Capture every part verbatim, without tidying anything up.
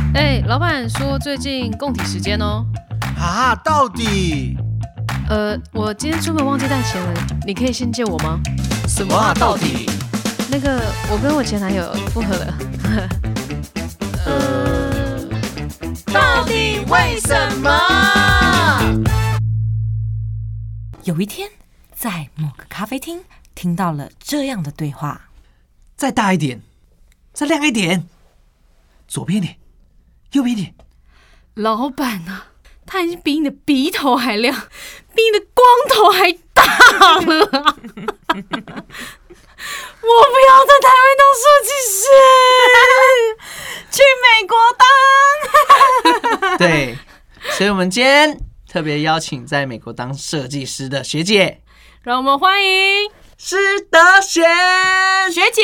哎、欸，老板说最近共体时间哦。 啊，到底？ 呃，我今天出门忘记带钱了，你可以先借我吗？ 什么啊？到底？ 那个，我跟我前男友复合了。 呃，到底为什么？ 有一天，在某个咖啡厅听到了这样的对话： 再大一点，再亮一点，左边一点，右边一点。 老板啊，他已经比你的鼻头还亮，比你的光头还大了啊！我不要在台湾当设计师，去美国当。 对，所以我们今天特别邀请在美国当设计师的学姐， 让我们欢迎施德贤学姐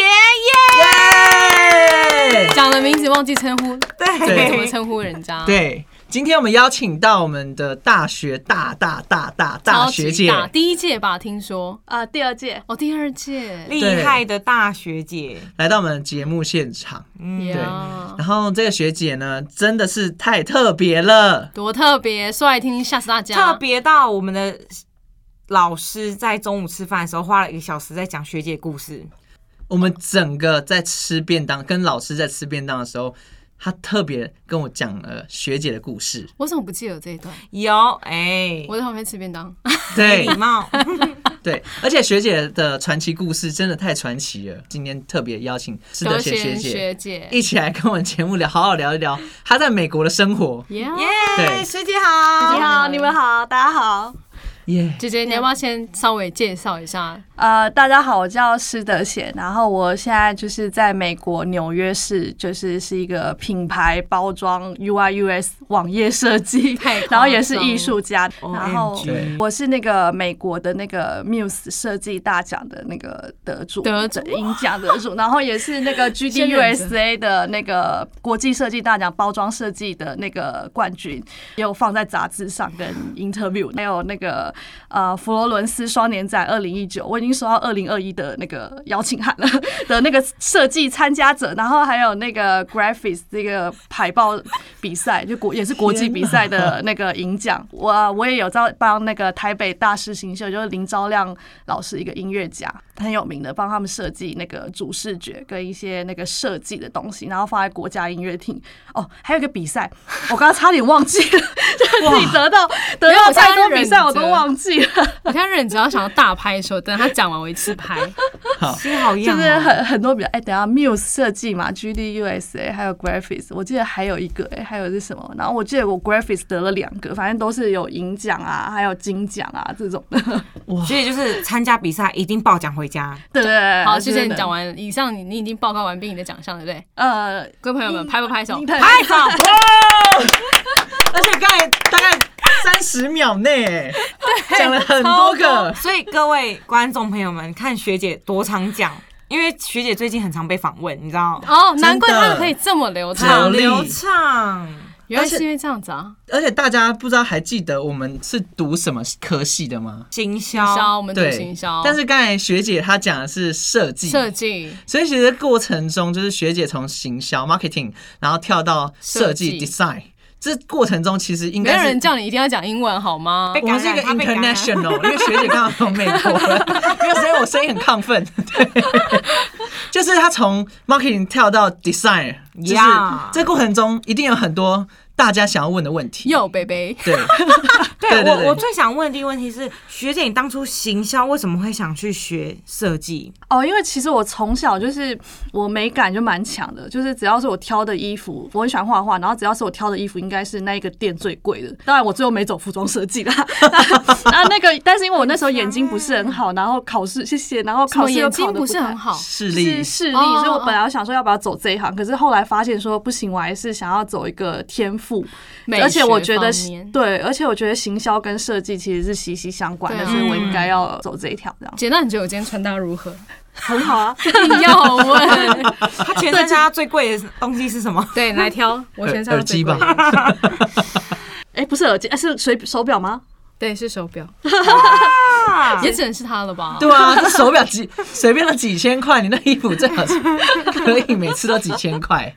耶！讲了名字忘记称呼，对，怎么称呼人家？ 对。今天我们邀请到我们的大学大大大大大学姐， 第一届吧，听说啊、呃，第二届哦，第二届厉害的大学姐来到我们节目现场， 嗯， 对。然后这个学姐呢，真的是太特别了， 多特别，说来听听吓死大家。 特别到我们的老师在中午吃饭的时候花了一个小时在讲学姐故事。 我们整个在吃便当，跟老师在吃便当的时候。他特别跟我讲了学姐的故事， 我怎么不记得这一段？ 有哎、欸， 我在旁边吃便当， 对， 礼貌， 对，而且学姐的传奇故事真的太传奇了。今天特别邀请施德贤学姐， 学姐一起来跟我们节目聊，好好聊一聊她在美国的生活。 耶、 yeah, 对， 学姐好， 你好，你们好，大家好。 耶、 yeah. 姐姐，你要不要先稍微介绍一下？ 呃，大家好，我叫施德贤，然后我现在就是在美国纽约市，就是是一个品牌包装 U I U X 网页设计，然后也是艺术家，然后我是那个美国的那个 Muse 设计大奖的那个得主， 得主银奖得主，然后也是那个 G D U S A 的那个国际设计大奖包装设计的那个冠军，也有放在杂志上跟 interview， 还有那个呃佛罗伦斯双年展二零一九，我已经收到二零二一的那个邀请函了的那个设计参加者，然后还有那个 graphics 这个海报比赛，就国也是国际比赛的那个银奖。我我也有在帮那个台北大师新秀，就是林昭亮老师一个音乐家很有名的，帮他们设计那个主视觉跟一些那个设计的东西，然后放在国家音乐厅。哦，还有一个比赛，我刚刚差点忘记了，就是自己得到得到太多比赛我都忘记了。 你看忍只要想要大拍的时候，等他讲完我一次拍， 心好痒、哦。 就是很很多比较，哎、欸，等一下 Muse 设计嘛 ，G D U S A 还有 Graphics， 我记得还有一个，哎、欸，还有是什么？然后我记得我 Graphics 得了两个，反正都是有银奖啊，还有金奖啊这种的。 哇！所以就是参加比赛一定抱奖回家。 对对对。 好，谢谢你讲完以上你，你已经报告完毕你的奖项，对不对？呃，各位朋友们，拍不拍手？ 拍手！ 而且刚才大概三十秒内讲了很多个， 所以各位观众朋友们，看学姐多常讲，因为学姐最近很常被访问，你知道哦，难怪她可以这么流畅， 流畅。 原来是因为这样子啊！ 而且大家不知道还记得我们是读什么科系的吗？ 行销， 我们读行销。 但是刚才学姐她讲的是设计， 设计。 所以其实过程中就是学姐从行销 marketing， 然后跳到设计 design。这过程中其实应该是没有人叫你一定要讲英文好吗？ 我们是一个 international， 因为学姐刚好从美国了，因为所以我声音很亢奋。对，就是他从 marketing 跳到 design， 就是这过程中一定有很多大家想要问的问题。 有 baby， 对， 对我我最想问的第一个问题是，学姐你当初行销为什么会想去学设计？ 哦，因为其实我从小就是我美感就蛮强的，就是只要是我挑的衣服，我很喜欢画画，然后只要是我挑的衣服，应该是那一个店最贵的。当然我最后没走服装设计啦，然后那个，但是因为我那时候眼睛不是很好，然后考试谢谢，然后考试又考得不是很好， 视力视力，所以我本来想说要不要走这一行，可是后来发现说不行，我还是想要走一个天赋。而且我觉得对，而且我觉得行销跟设计其实是息息相关的，所以我应该要走这一条。这样， 姐，那你觉得我今天穿搭如何？ 很好啊！ 你要问他全身家最贵的东西是什么？ 对，来挑我全身耳机吧。 哎，不是耳机，是水手表吗？ 对，是手表。也只能是他了吧？ 对啊，这手表几随便都几千块，你那衣服最好是可以每次都几千块。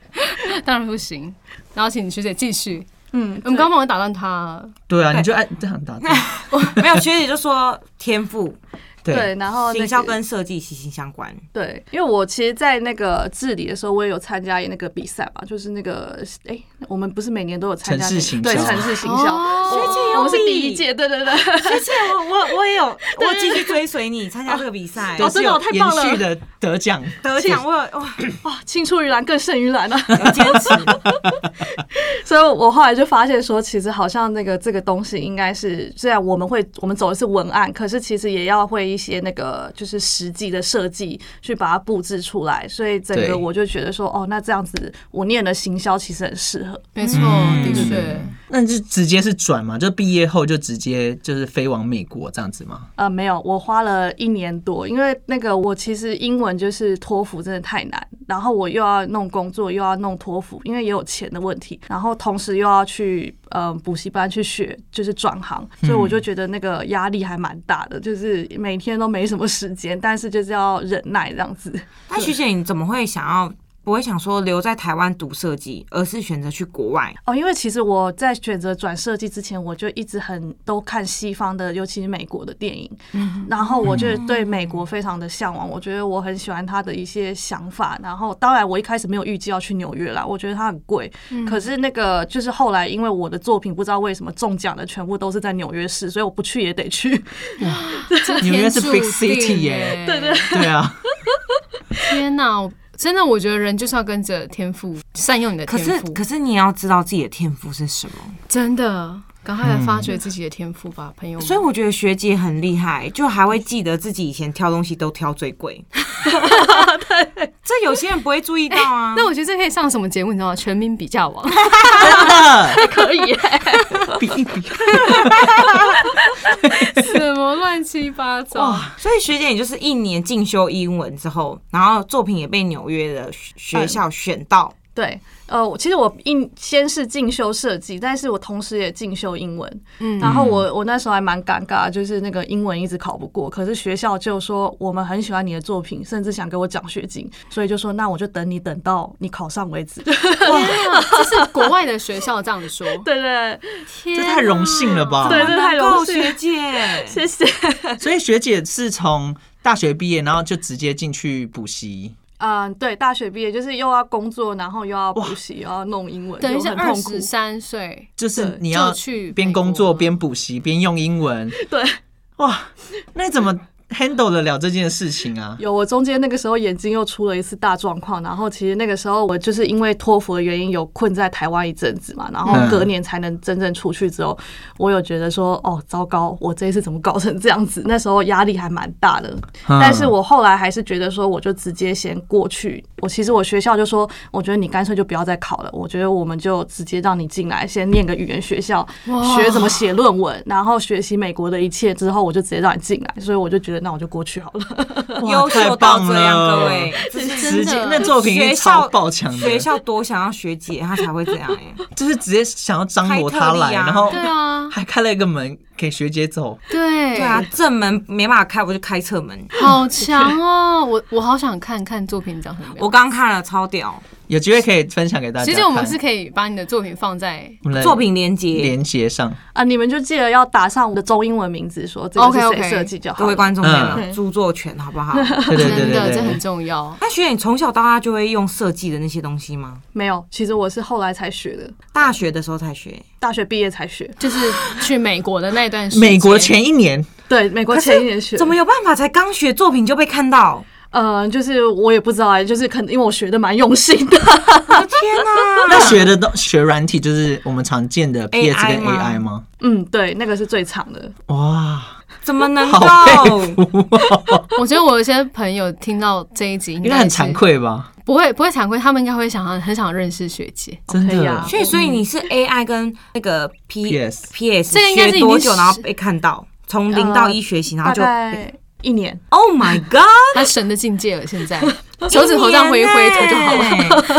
当然不行。然后请学姐继续。 嗯， 我们刚刚忘了打断他。 对啊，你就按这样打断。 没有学姐就说天赋。 对，然后、那个、 行销跟设计息息相关。 对，因为我其实，在那个治理的时候，我也有参加那个比赛嘛，就是那个哎、欸，我们不是每年都有参加、那個、 城市行销， 对，城市行销， 哦、学姐我们是第一届，对对对， 学姐我我我也有，我继续追随你参加这个比赛， 哦，真的、哦、太棒了， 延续的得奖， 得奖我有哇哇，青出于蓝更胜于蓝啊， 有坚持。 所以我后来就发现说，其实好像那个这个东西应该是，虽然我们会我们走的是文案，可是其实也要会一些那个。就是实际的设计去把它布置出来，所以整个我就觉得说，哦，那这样子我念的行销其实很适合。 没错，的确。 那就直接是转嘛，就毕业后就直接就是飞往美国这样子吗？ 呃，没有，我花了一年多，因为那个我其实英文就是托福真的太难，然后我又要弄工作，又要弄托福，因为也有钱的问题，然后同时又要去呃补习班去学，就是转行，所以我就觉得那个压力还蛮大的，就是每天都没什么时间，但是就是要忍耐这样子。 那徐姐，你怎么会想要？不会想说留在台湾读设计，而是选择去国外哦？因为其实我在选择转设计之前，我就一直很都看西方的，尤其是美国的电影，嗯，然后我就对美国非常的向往，我觉得我很喜欢他的一些想法。然后当然我一开始没有预计要去纽约啦，我觉得它很贵，嗯，可是那个就是后来因为我的作品不知道为什么中奖的全部都是在纽约市，所以我不去也得去。 纽约是 big city 耶， 对对对啊！ 天哪！真的，我觉得人就是要跟着天赋，善用你的天赋。 可是，可是你也要知道自己的天赋是什么。真的，赶快来发掘自己的天赋吧，嗯，朋友们。 所以我觉得学姐很厉害，就还会记得自己以前挑东西都挑最贵。对，这有些人不会注意到啊。 欸，那我觉得这可以上什么节目？你知道吗？全民比价王， 真的可以耶， 比一比。 什么乱七八糟！ 所以学姐，你就是一年进修英文之后，然后作品也被纽约的学校选到。 嗯，对，呃，其实我一先是进修设计，但是我同时也进修英文。嗯，然后我我那时候还蛮尴尬，就是那个英文一直考不过，可是学校就说我们很喜欢你的作品，甚至想给我奖学金，所以就说那我就等你等到你考上为止。 哇，这是国外的学校这样子说。 对对， 这太荣幸了吧？ 对，这太荣幸， 学姐， 谢谢。 所以学姐是从大学毕业，然后就直接进去补习。 嗯，对，大学毕业就是又要工作，然后又要补习，又要弄英文， 等于是二很痛苦。 十三岁， 就是你要去边工作边补习边用英文。 对， 哇，那你怎么 handle 得了这件事情啊？ 有，我中间那个时候眼睛又出了一次大状况，然后其实那个时候我就是因为托福的原因有困在台湾一阵子嘛，然后隔年才能真正出去之后，我有觉得说哦糟糕，我这一次怎么搞成这样子？那时候压力还蛮大的，但是我后来还是觉得说我就直接先过去。我其实我学校就说，我觉得你干脆就不要再考了，我觉得我们就直接让你进来，先念个语言学校，学怎么写论文，然后学习美国的一切之后，我就直接让你进来。所以我就觉得那我就过去好了。 优秀到这样，各位， 直接那作品一超爆强的， 学校多想要学姐，他才会这样哎，欸， 就是直接想要张罗他来， 啊， 然后对啊， 还开了一个门给学姐走。 对对啊，正门没办法开，我就开侧门， 好强哦！我我好想看看作品长什么样。 我刚看了，超屌。 有机会可以分享给大家。 其实我们是可以把你的作品放在作品连结连结上啊，你们就记得要打上我的中英文名字，说这个是谁设计就好。 各位观众朋友，著作权好不好？ 对对对对， 这很重要。 那学姐，你从小到大就会用设计的那些东西吗？ 没有，其实我是后来才学的， 大学的时候才学， 大学毕业才学， 就是去美国的那段时间。 美国前一年， 对，美国前一年学。 怎么有办法才刚学作品就被看到？ 呃，就是我也不知道哎，就是可能因为我学的蛮用心的。 天哪！ 那学的都学软体，就是我们常见的 P S 跟 A I 吗？ 嗯，对，那个是最长的。 哇， 怎么能够？ 我觉得我有些朋友听到这一集，应该很惭愧吧？ 不会，不会惭愧，他们应该会想很想认识学姐， 真的。 所以，所以你是 A I 跟那个 P S P S 这个应该是学多久，然后被看到？从零到一学习，然后就一年。 Oh my god！ 他神的境界了，现在手指头这样挥一挥涂就好了。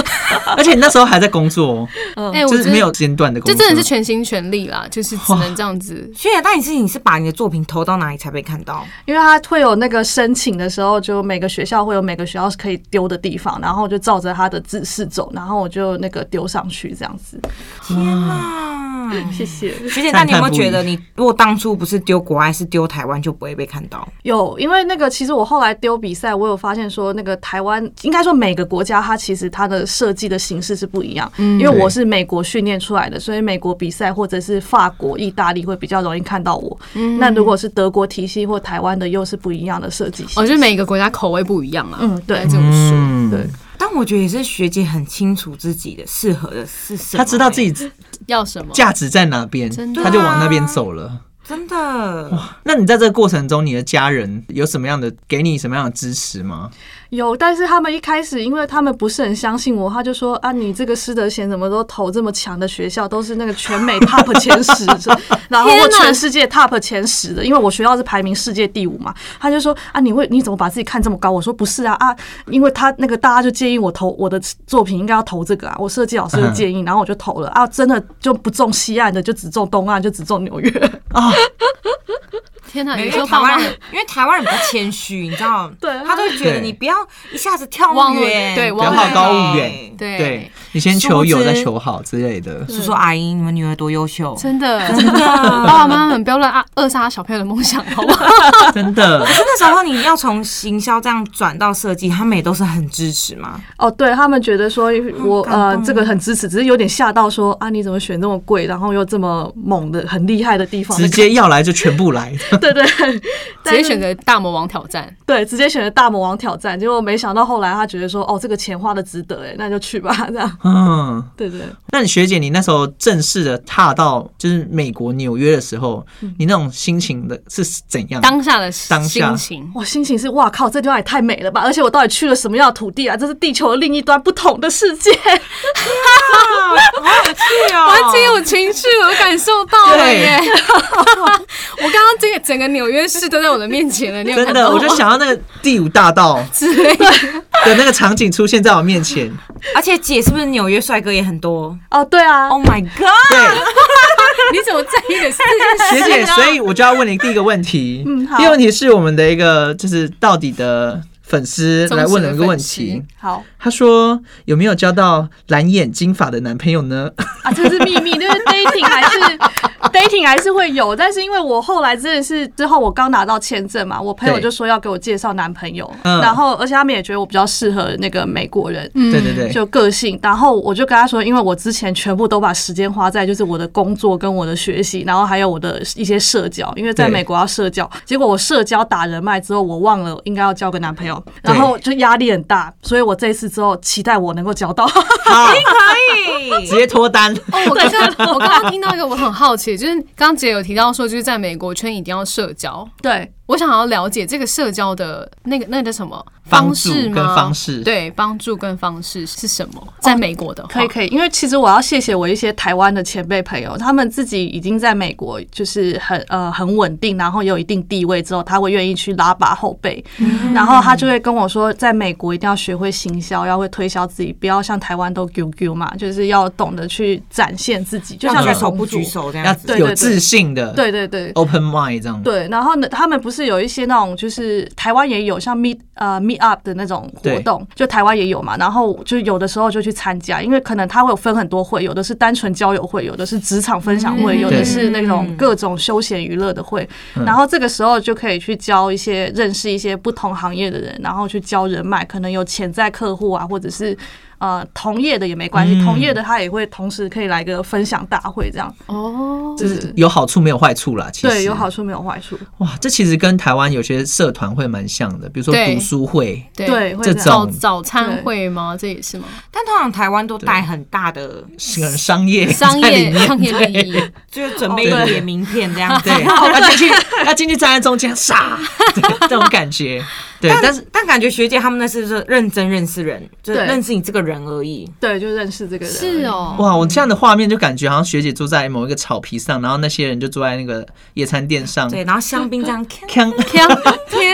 而且你那时候还在工作， 哎， 就是没有间断的工作， 就真的是全心全力啦，就是只能这样子。 学姐，但你是你是把你的作品投到哪里才被看到？ 因为他会有那个申请的时候，就每个学校会有每个学校可以丢的地方，然后就照着他的指示走，然后我就那个丢上去这样子。 天哪！ 谢谢学姐，那你有没有觉得，你如果当初不是丢国外，是丢台湾，就不会被看到？ 有，因为那个其实我后来丢比赛，我有发现说，那个台湾应该说每个国家它其实它的设计的形式是不一样。嗯，因为我是美国训练出来的，所以美国比赛或者是法国、意大利会比较容易看到我。嗯，那如果是德国体系或台湾的，又是不一样的设计。 我觉得每个国家口味不一样啊。 嗯，对， 这么说，对。 但我觉得也是学姐很清楚自己的适合的是什么， 她知道自己要什么， 价值在哪边，她就往那边走了。 真的哇！那你在这个过程中，你的家人有什么样的给你什么样的支持吗？ 有，但是他们一开始，因为他们不是很相信我，他就说啊，你这个师德贤怎么都投这么强的学校，都是那个全美 top 前十，然后或全世界 top 前十的，因为我学校是排名世界第五嘛，他就说啊，你会你怎么把自己看这么高？我说不是啊啊，因为他那个大家就建议我投我的作品应该要投这个啊，我设计老师就建议，然后我就投了啊，真的就不中西岸的，就只中东岸，就只中纽约啊。 天哪！ 因为台湾人，因为台湾人比较谦虚，你知道， 对， 他都会觉得你不要一下子跳那么远， 对， 不要好高骛远， 对， 对你先求有再求好之类的。 叔叔阿姨，你们女儿多优秀， 真的，真的，爸爸妈妈们不要乱扼杀小朋友的梦想，好不好？ 真的。 可是那时候你要从行销这样转到设计，他们也都是很支持吗？ 哦，对他们觉得说我呃这个很支持，只是有点吓到说啊你怎么选这么贵，然后又这么猛的很厉害的地方， 直接要来就全部来。 对对， 直接选择大魔王挑战。 对，直接选择大魔王挑战。结果没想到后来他觉得说，哦，这个钱花的值得，哎，那就去吧，这样。 嗯， 对对。 那你学姐，你那时候正式的踏到就是美国纽约的时候，你那种心情的是怎样？ 当下的当下心情， 我心情是哇靠，这地方也太美了吧！而且我到底去了什么样的土地啊？这是地球的另一端，不同的世界。 好有趣哦！ 完全有情绪，我感受到了耶！我刚刚这个整个纽约市都在我的面前了，你有看到吗？ 真的，我就想到那个第五大道之类的的那个场景出现在我面前。 而且姐是不是纽约帅哥也很多？ 哦，对啊 ，Oh my god！ 对， 你怎么在意的是这件事？ 学姐，所以我就要问你第一个问题。 嗯，好。 第一个问题是我们的一个就是到底的粉丝来问了一个问题。 好， 他说有没有交到蓝眼金发的男朋友呢？ 啊，这是秘密，就是 dating 还是 dating 还是会有，但是因为我后来真的是之后我刚拿到签证嘛，我朋友就说要给我介绍男朋友，然后而且他们也觉得我比较适合那个美国人， 对对对， 就个性，然后我就跟他说，因为我之前全部都把时间花在就是我的工作跟我的学习，然后还有我的一些社交，因为在美国要社交，结果我社交打人脉之后，我忘了应该要交个男朋友，然后就压力很大，所以我这一次之后期待我能够交到， 一定可以直接脱单。 哦，我刚刚我刚刚听到一个我很好奇，就是刚刚姐有提到说，就是在美国圈一定要社交， 对。 我想要了解这个社交的那个那个什么方式吗？ 跟方式， 对，帮助跟方式是什么？在美国的话， 可以可以，因为其实我要谢谢我一些台湾的前辈朋友，他们自己已经在美国就是很呃很稳定，然后有一定地位之后，他会愿意去拉拔后辈，嗯、然后他就会跟我说，在美国一定要学会行销，要会推销自己，不要像台湾都丢丢嘛，就是要懂得去展现自己，就像举手不举手这样子， 要有自信的， 对对对 ，open mind 这样。 对，然后呢，他们不是有一些那种。就是台湾也有像 meet 呃 meet up 的那种活动，就台湾也有嘛。然后就有的时候就去参加，因为可能它会有分很多会，有的是单纯交友会，有的是职场分享会，有的是那种各种休闲娱乐的会。然后这个时候就可以去交一些认识一些不同行业的人，然后去交人脉，可能有潜在客户啊，或者是。呃，同业的也没关系，同业的他也会同时可以来个分享大会这样。 哦， 就是有好处没有坏处啦。其实对，有好处没有坏处。 哇，这其实跟台湾有些社团会蛮像的，比如说读书会， 对， 这种早餐会吗？这也是吗？ 但通常台湾都带很大的商业商业商业利益， 就是准备一叠名片这样子。 对，要进去要进去站在中间，傻，这种感觉。对，但是但感觉学姐他们那是是认真认识人，就认识你这个人而已。 对，就认识这个人。 是哦， 哇，我这样的画面就感觉好像学姐坐在某一个草皮上，然后那些人就坐在那个野餐垫上， 对，然后香槟这样锵锵， 天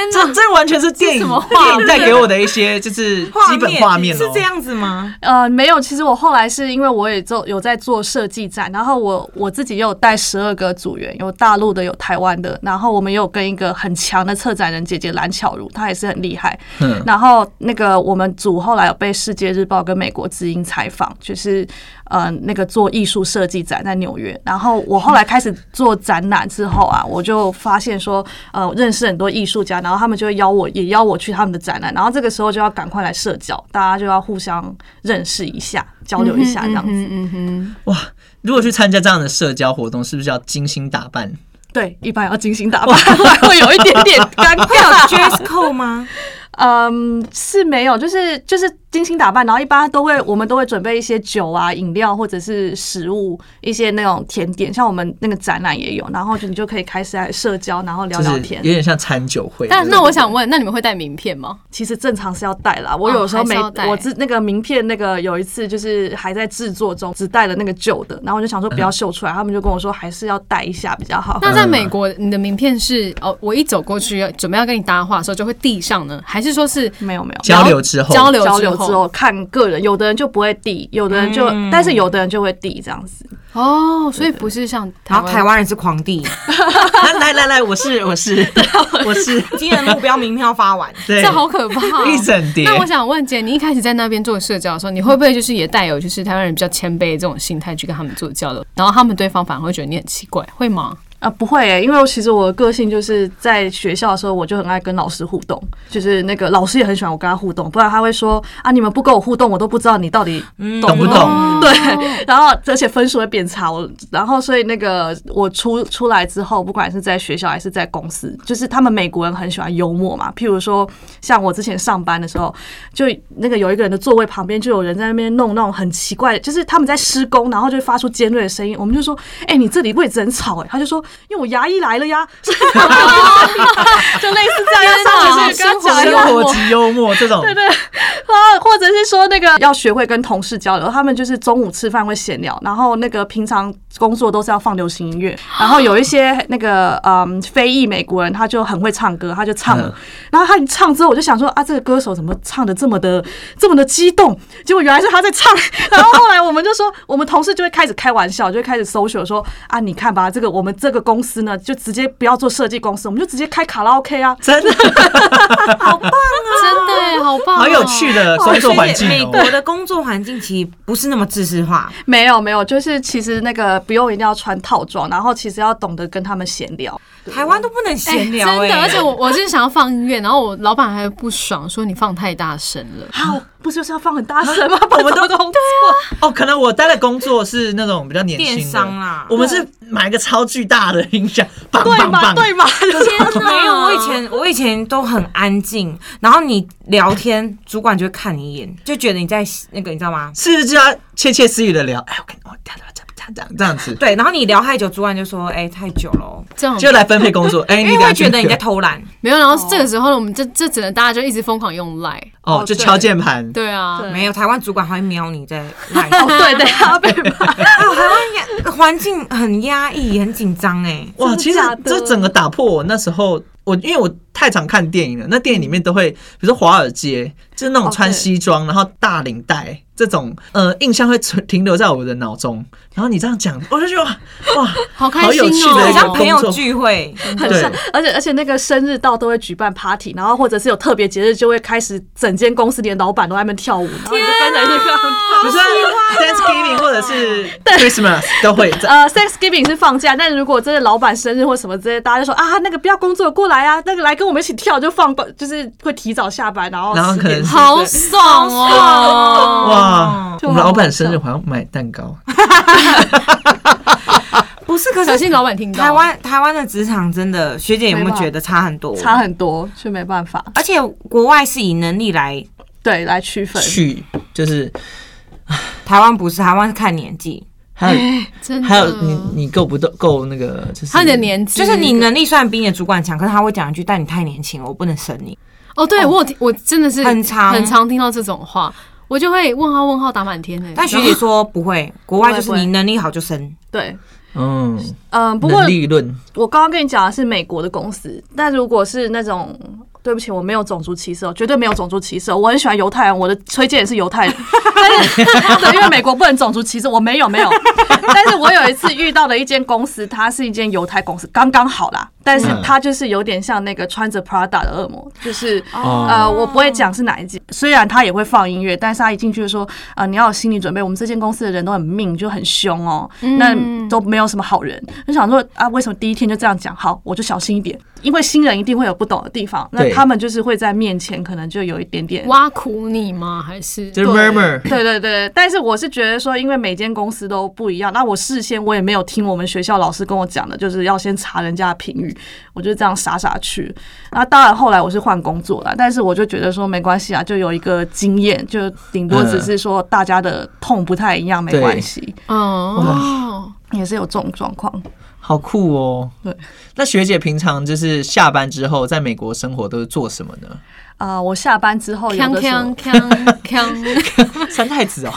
这这完全是电影电影带给我的一些就是基本画面、喔、 是这样子吗？ 呃，没有，其实我后来是因为我也做有在做设计展，然后我我自己也有带十二个组员，有大陆的，有台湾的，然后我们也有跟一个很强的策展人姐姐蓝巧如，她也是很厉害。嗯，然后那个我们组后来有被《世界日报》跟美国之音采访，就是呃那个做艺术设计展在纽约，然后我后来开始做展览之后啊，我就发现说呃认识很多艺术家，然后他们就会邀我，也邀我去他们的展览，然后这个时候就要赶快来社交，大家就要互相认识一下，交流一下这样子。嗯嗯嗯。 哇，如果去参加这样的社交活动，是不是要精心打扮？ 对，一般要精心打扮，会有一点点尴尬。 会有 dress code 吗？ 嗯，是没有，就是就是精心打扮，然后一般都会我们都会准备一些酒啊、饮料或者是食物，一些那种甜点，像我们那个展览也有，然后就你就可以开始来社交，然后聊聊天， 有点像餐酒会。 但那我想问，那你们会带名片吗？ 其实正常是要带啦，我有时候没， 哦、 我那个名片那个有一次就是还在制作中，只带了那个旧的，然后我就想说不要秀出来，他们就跟我说还是要带一下比较好。 那在美国，你的名片是哦，我一走过去准备要跟你搭话的时候就会递上呢，还是说是没有没有交流之后交流交流之后看个人，有的人就不会递，有的人就、嗯、但是有的人就会递这样子。 哦，所以不是像台湾， 然后台湾人是狂递。 来来来，我是我是我是， 今年目标名片要发完， 对， 这好可怕、哦， 一整叠。 那我想问姐，你一开始在那边做社交的时候，你会不会就是也带有就是台湾人比较谦卑的这种心态去跟他们做交流，然后他们对方反而会觉得你很奇怪，会吗？ 啊，不会诶、欸，因为其实我的个性就是在学校的时候，我就很爱跟老师互动，就是那个老师也很喜欢我跟他互动，不然他会说啊，你们不跟我互动，我都不知道你到底懂不懂。嗯、对，然后而且分数会变差，我然后所以那个我出出来之后，不管是在学校还是在公司，就是他们美国人很喜欢幽默嘛，譬如说像我之前上班的时候，就那个有一个人的座位旁边就有人在那边弄那种很奇怪的，就是他们在施工，然后就会发出尖锐的声音，我们就说，哎、欸，你这里位置很吵哎、欸，他就说。因为我牙医来了呀，就类似这样，上去跟他讲生活级幽默这种， 对对，啊，或者是说那个要学会跟同事交流，他们就是中午吃饭会闲聊，然后那个平常工作都是要放流行音乐，然后有一些那个嗯非裔美国人他就很会唱歌，他就唱了，然后他一唱之后，我就想说啊，这个歌手怎么唱的这么的这么的激动？结果原来是他在唱，然后后来我们就说，我们同事就会开始开玩笑，就会开始social说啊，你看吧，这个我们这个公司呢，就直接不要做设计公司，我们就直接开卡拉 OK 啊！ 真的， 好棒啊！ 真的好棒、哦， 好有趣的工作环境、哦。 美国的工作环境其实不是那么制式化， 没有没有，就是其实那个不用一定要穿套装，然后其实要懂得跟他们闲聊。 台湾都不能闲聊、欸欸，真的，而且我我是想要放音乐，然后我老板还不爽，说你放太大声了。 好，不就是要放很大声吗？我们都工作哦，可能我待的工作是那种比较年轻的电商啦， 我们是买一个超巨大的音响，棒对嘛对嘛？ 天哪！没有，我以前我以前都很安静，然后你聊天，主管就会看你一眼，就觉得你在那个你知道吗？ 是就要窃窃私语的聊，哎，我跟我这样这样这样子。 对，然后你聊太久，主管就说，哎、欸，太久了， 这样就来分配工作，哎、欸， 因为会觉得你在偷懒。 没有，然后这个时候呢，我们这这只能大家就一直疯狂用 Line 哦，就敲键盘。 对啊， 没有，台湾主管还会瞄你在 Line。 哦，对对，还要被骂。 台湾环境很压抑，很紧张哎。 哇，其实这整个打破我那时候，我因为我太常看电影了，那电影里面都会，比如说华尔街，就是那种穿西装，然后大领带。这种呃印象会停留在我的脑中，然后你这样讲，我就觉得哇， 好开心哦， 好有趣的一个像朋友聚会， 很像，而且而且那个生日到都会举办 party， 然后或者是有特别节日就会开始整间公司连老板都在那边跳舞，然后你就跟着一个， 不是 Thanksgiving 或者是 Christmas 都会。 呃 Thanksgiving 是放假，但如果真的老板生日或什么之类，大家就说啊那个不要工作过来啊，那个来跟我们一起跳就放，就是会提早下班，然后然后可能好爽哦， 哇。啊，我们老板生日好像买蛋糕， 不是？可是小心老板听到。 台湾台湾的职场真的，学姐有没有觉得差很多？ 差很多，就没办法。 而且国外是以能力来对来区分， 去就是台湾不是，台湾是看年纪。 还有， 真的还有你你够不够那个？就是他的年纪， 就是你能力虽然比你的主管强，可是他会讲一句：“但你太年轻了，我不能升你。” 哦，对我有我真的是很常很常听到这种话。我就会问号问号打满天呢、欸， 但学姐说不会，国外就是你能力好就升。 对， 嗯嗯，不过利润， 我刚刚跟你讲的是美国的公司，但如果是那种对不起，我没有种族歧视，绝对没有种族歧视，我很喜欢犹太人，我的推荐也是犹太人，但是对，因为美国不能种族歧视，我没有没有，但是我有一次遇到的一间公司，它是一间犹太公司，刚刚好啦，但是它就是有点像那个穿着 Prada 的恶魔，就是呃，我不会讲是哪一间，虽然他也会放音乐，但是他一进去就说啊、呃，你要有心理准备，我们这间公司的人都很命，就很凶哦，那都没有什么好人，就想说啊，为什么第一天就这样讲？好，我就小心一点，因为新人一定会有不懂的地方，那他们就是会在面前可能就有一点点挖苦你吗？还是就是 murmur？ 对对对，但是我是觉得说，因为每间公司都不一样，那我事先我也没有听我们学校老师跟我讲的，就是要先查人家的评语，我就这样傻傻去。那当然后来我是换工作了，但是我就觉得说没关系啊，就有一个经验，就顶多只是说大家的痛不太一样，没关系。哦，也是有这种状况。 好酷哦！ 对， 那学姐平常就是下班之后在美国生活都是做什么呢？ 啊、呃，我下班之后有的时候， 三太子哦，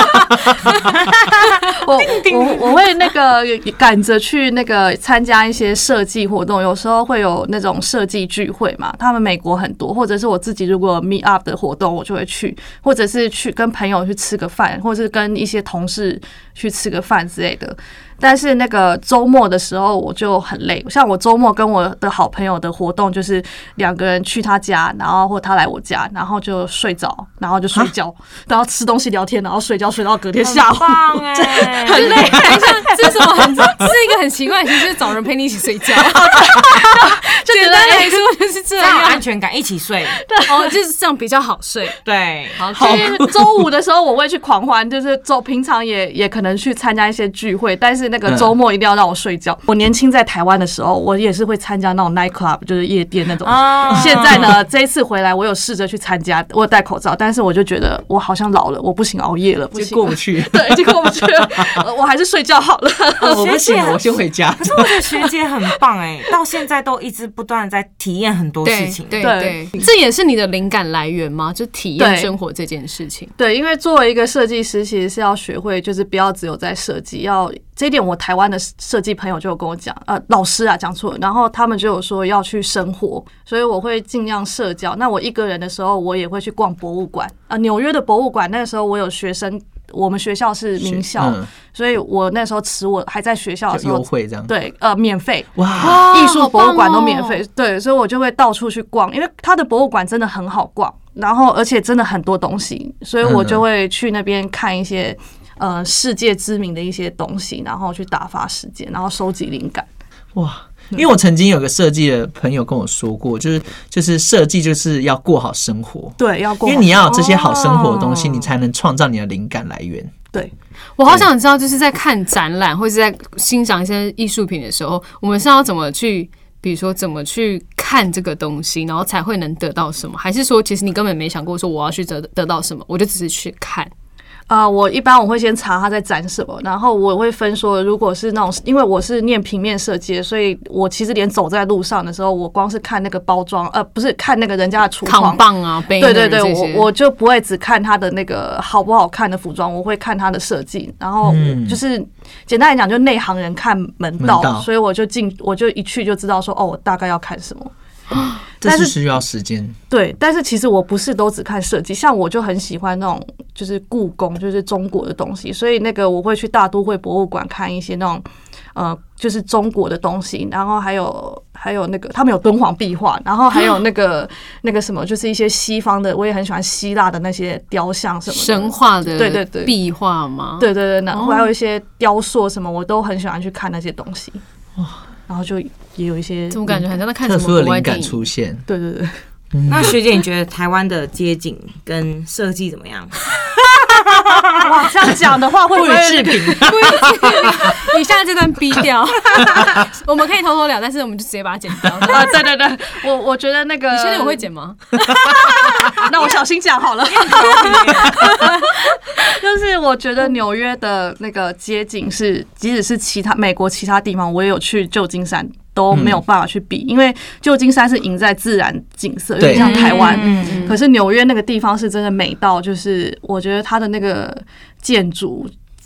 我我我会那个赶着去那个参加一些设计活动，有时候会有那种设计聚会嘛，他们美国很多，或者是我自己如果有 meet up 的活动，我就会去，或者是去跟朋友去吃个饭，或者是跟一些同事去吃个饭之类的。但是那个周末的时候我就很累，像我周末跟我的好朋友的活动就是两个人去他家，然后或他来我家，然后就睡着，然后就睡觉，然后吃东西聊天，然后睡觉睡到隔天下午， 很棒哎， 很累。这是什么很？这是一个很奇怪的事，就是找人陪你一起睡觉。 就简单来说就是这样， 有安全感，一起睡。 对，哦，就是这样比较好睡。 对， 好。所以周五的时候我会去狂欢，就是周平常也也可能去参加一些聚会，但是那个周末一定要让我睡觉。我年轻在台湾的时候，我也是会参加那种 night club， 就是夜店那种。现在呢，这一次回来，我有试着去参加，我有戴口罩，但是我就觉得我好像老了，我不行熬夜了，不行， 过不去。 对，就过不去了，我还是睡觉好了。 我不行，我先回家。 可是我觉得学姐很棒哎，到现在都一直不断的在体验很多事情。 对对，这也是你的灵感来源吗？就体验生活这件事情。 对，因为作为一个设计师，其实是要学会，就是不要只有在设计，要这一点我台湾的设计朋友就有跟我讲，呃，老师啊讲错了，然后他们就有说要去生活，所以我会尽量社交。那我一个人的时候，我也会去逛博物馆，啊、呃，纽约的博物馆那个时候我有学生。我们学校是名校，嗯、所以我那时候持我还在学校的时候， 优惠这样， 对，呃，免费， 哇， 艺术博物馆都免费，哦、对，所以我就会到处去逛，因为它的博物馆真的很好逛，然后而且真的很多东西，所以我就会去那边看一些呃世界知名的一些东西，然后去打发时间，然后收集灵感， 哇。因为我曾经有个设计的朋友跟我说过，就是就是设计就是要过好生活， 对，要过好生活， 因为你要有这些好生活的东西，你才能创造你的灵感来源。 对， 我好想知道，就是在看展览或是在欣赏一些艺术品的时候，我们是要怎么去，比如说怎么去看这个东西，然后才会能得到什么？还是说，其实你根本没想过说我要去得得到什么，我就只是去看？ 啊、呃，我一般我会先查他在展什么，然后我会分说，如果是那种，因为我是念平面设计，所以我其实连走在路上的时候，我光是看那个包装，呃，不是看那个人家的橱窗扛棒啊，对对对，我我就不会只看他的那个好不好看的服装，我会看他的设计，然后就是简单来讲，就内行人看门道， 门道所以我就进，我就一去就知道说，哦，我大概要看什么。 这是需要时间， 对，但是其实我不是都只看设计，像我就很喜欢那种就是故宫，就是中国的东西，所以那个我会去大都会博物馆看一些那种呃，就是中国的东西，然后还有还有那个他们有敦煌壁画，然后还有那个那个什么，就是一些西方的，我也很喜欢希腊的那些雕像什么的神话的对对对壁画吗？ 对对对，然后还有一些雕塑什么，我都很喜欢去看那些东西。哇！然后就也有一些， 怎么感觉很像在看特殊的灵感出现？ 对对对。 那学姐，你觉得台湾的街景跟设计怎么样？ 哇，这样讲的话会不会视频？ 你现在这段逼掉，我们可以偷偷聊，但是我们就直接把它剪掉。 啊，对对对，我我觉得那个， 你确定我会剪吗？ 那我小心讲好了。就是我觉得纽约的那个街景是，即使是其他美国其他地方，我也有去旧金山。都没有办法去比，因为旧金山是赢在自然景色，有点像台湾。可是纽约那个地方是真的美到，就是我觉得它的那个建筑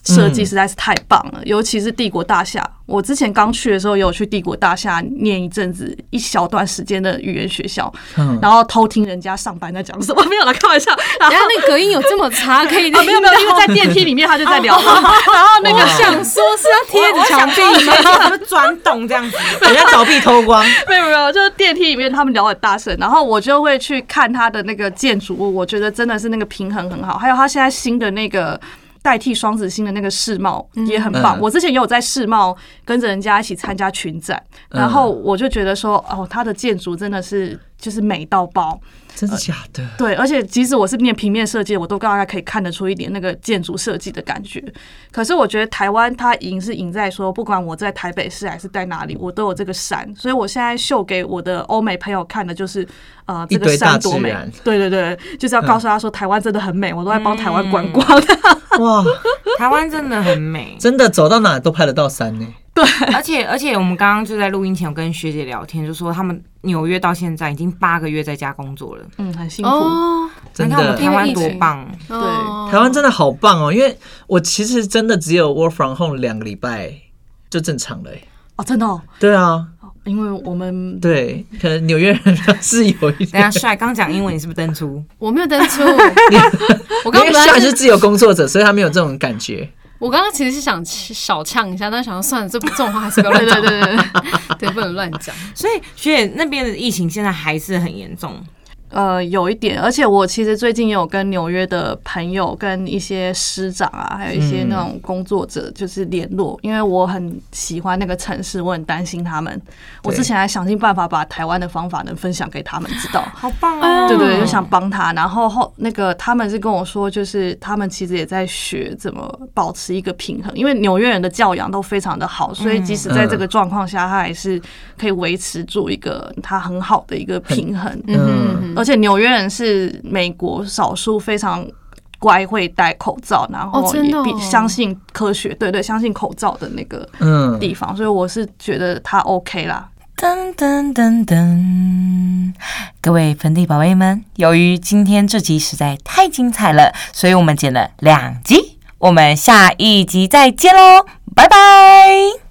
设计实在是太棒了，尤其是帝国大厦。我之前刚去的时候，也有去帝国大厦念一阵子一小段时间的语言学校， 嗯然后偷听人家上班在讲什么，没有啦，开玩笑。然后然后那个隔音有这么差，可以啊，没有没有，因为在电梯里面他就在聊，然后那个我想说是要贴着墙壁吗？ 他们钻洞这样子， 人家凿壁偷光， 没有没有，就是电梯里面他们聊很大声，然后我就会去看他的那个建筑物，我觉得真的是那个平衡很好，还有他现在新的那个。代替双子星的那个世贸也很棒， 嗯、 我之前也有在世贸跟着人家一起参加群展，然后我就觉得说，哦，它的建筑真的是就是美到爆。 真的假的？ 对，而且即使我是念平面设计，我都大概可以看得出一点那个建筑设计的感觉。可是我觉得台湾它赢是赢在说，不管我在台北市还是在哪里，我都有这个山。所以我现在秀给我的欧美朋友看的就是呃这个山多美。对对对，就是要告诉他说台湾真的很美，我都在帮台湾观光。 哇， 台湾真的很美， 真的走到哪都拍得到山呢。 对， 而且而且我们刚刚就在录音前有跟学姐聊天，就说他们纽约到现在已经八个月在家工作了， 嗯，很辛苦。 哦， 真的， 你看我们台湾多棒， 对， 台湾真的好棒哦！因为我其实真的只有 work from home 两个礼拜就正常了。 哦，真的哦。 对啊， 因为我们对可能纽约人是有一点。 等下帅刚讲英文，你是不是登出？ 我没有登出，我刚刚本来是自由工作者，所以他没有这种感觉。 我刚刚其实是想少呛一下，但是想说算了，这这种话还是不要乱讲。对对对对，对，不能乱讲。 所以学姐那边的疫情现在还是很严重。 呃，有一点，而且我其实最近也有跟纽约的朋友、跟一些师长啊，还有一些那种工作者，就是联络，因为我很喜欢那个城市，我很担心他们。我之前还想尽办法把台湾的方法能分享给他们知道， 好棒啊！ 对对，就想帮他。然后后那个他们是跟我说，就是他们其实也在学怎么保持一个平衡，因为纽约人的教养都非常的好，所以即使在这个状况下，他还是可以维持住一个他很好的一个平衡。嗯。而且纽约人是美国少数非常乖会戴口罩，然后也比相信科学，对对，相信口罩的那个地方，所以我是觉得他 OK 啦。 噔噔噔噔，各位粉底宝贝们，由于今天这集实在太精彩了，所以我们剪了两集，我们下一集再见喽，拜拜。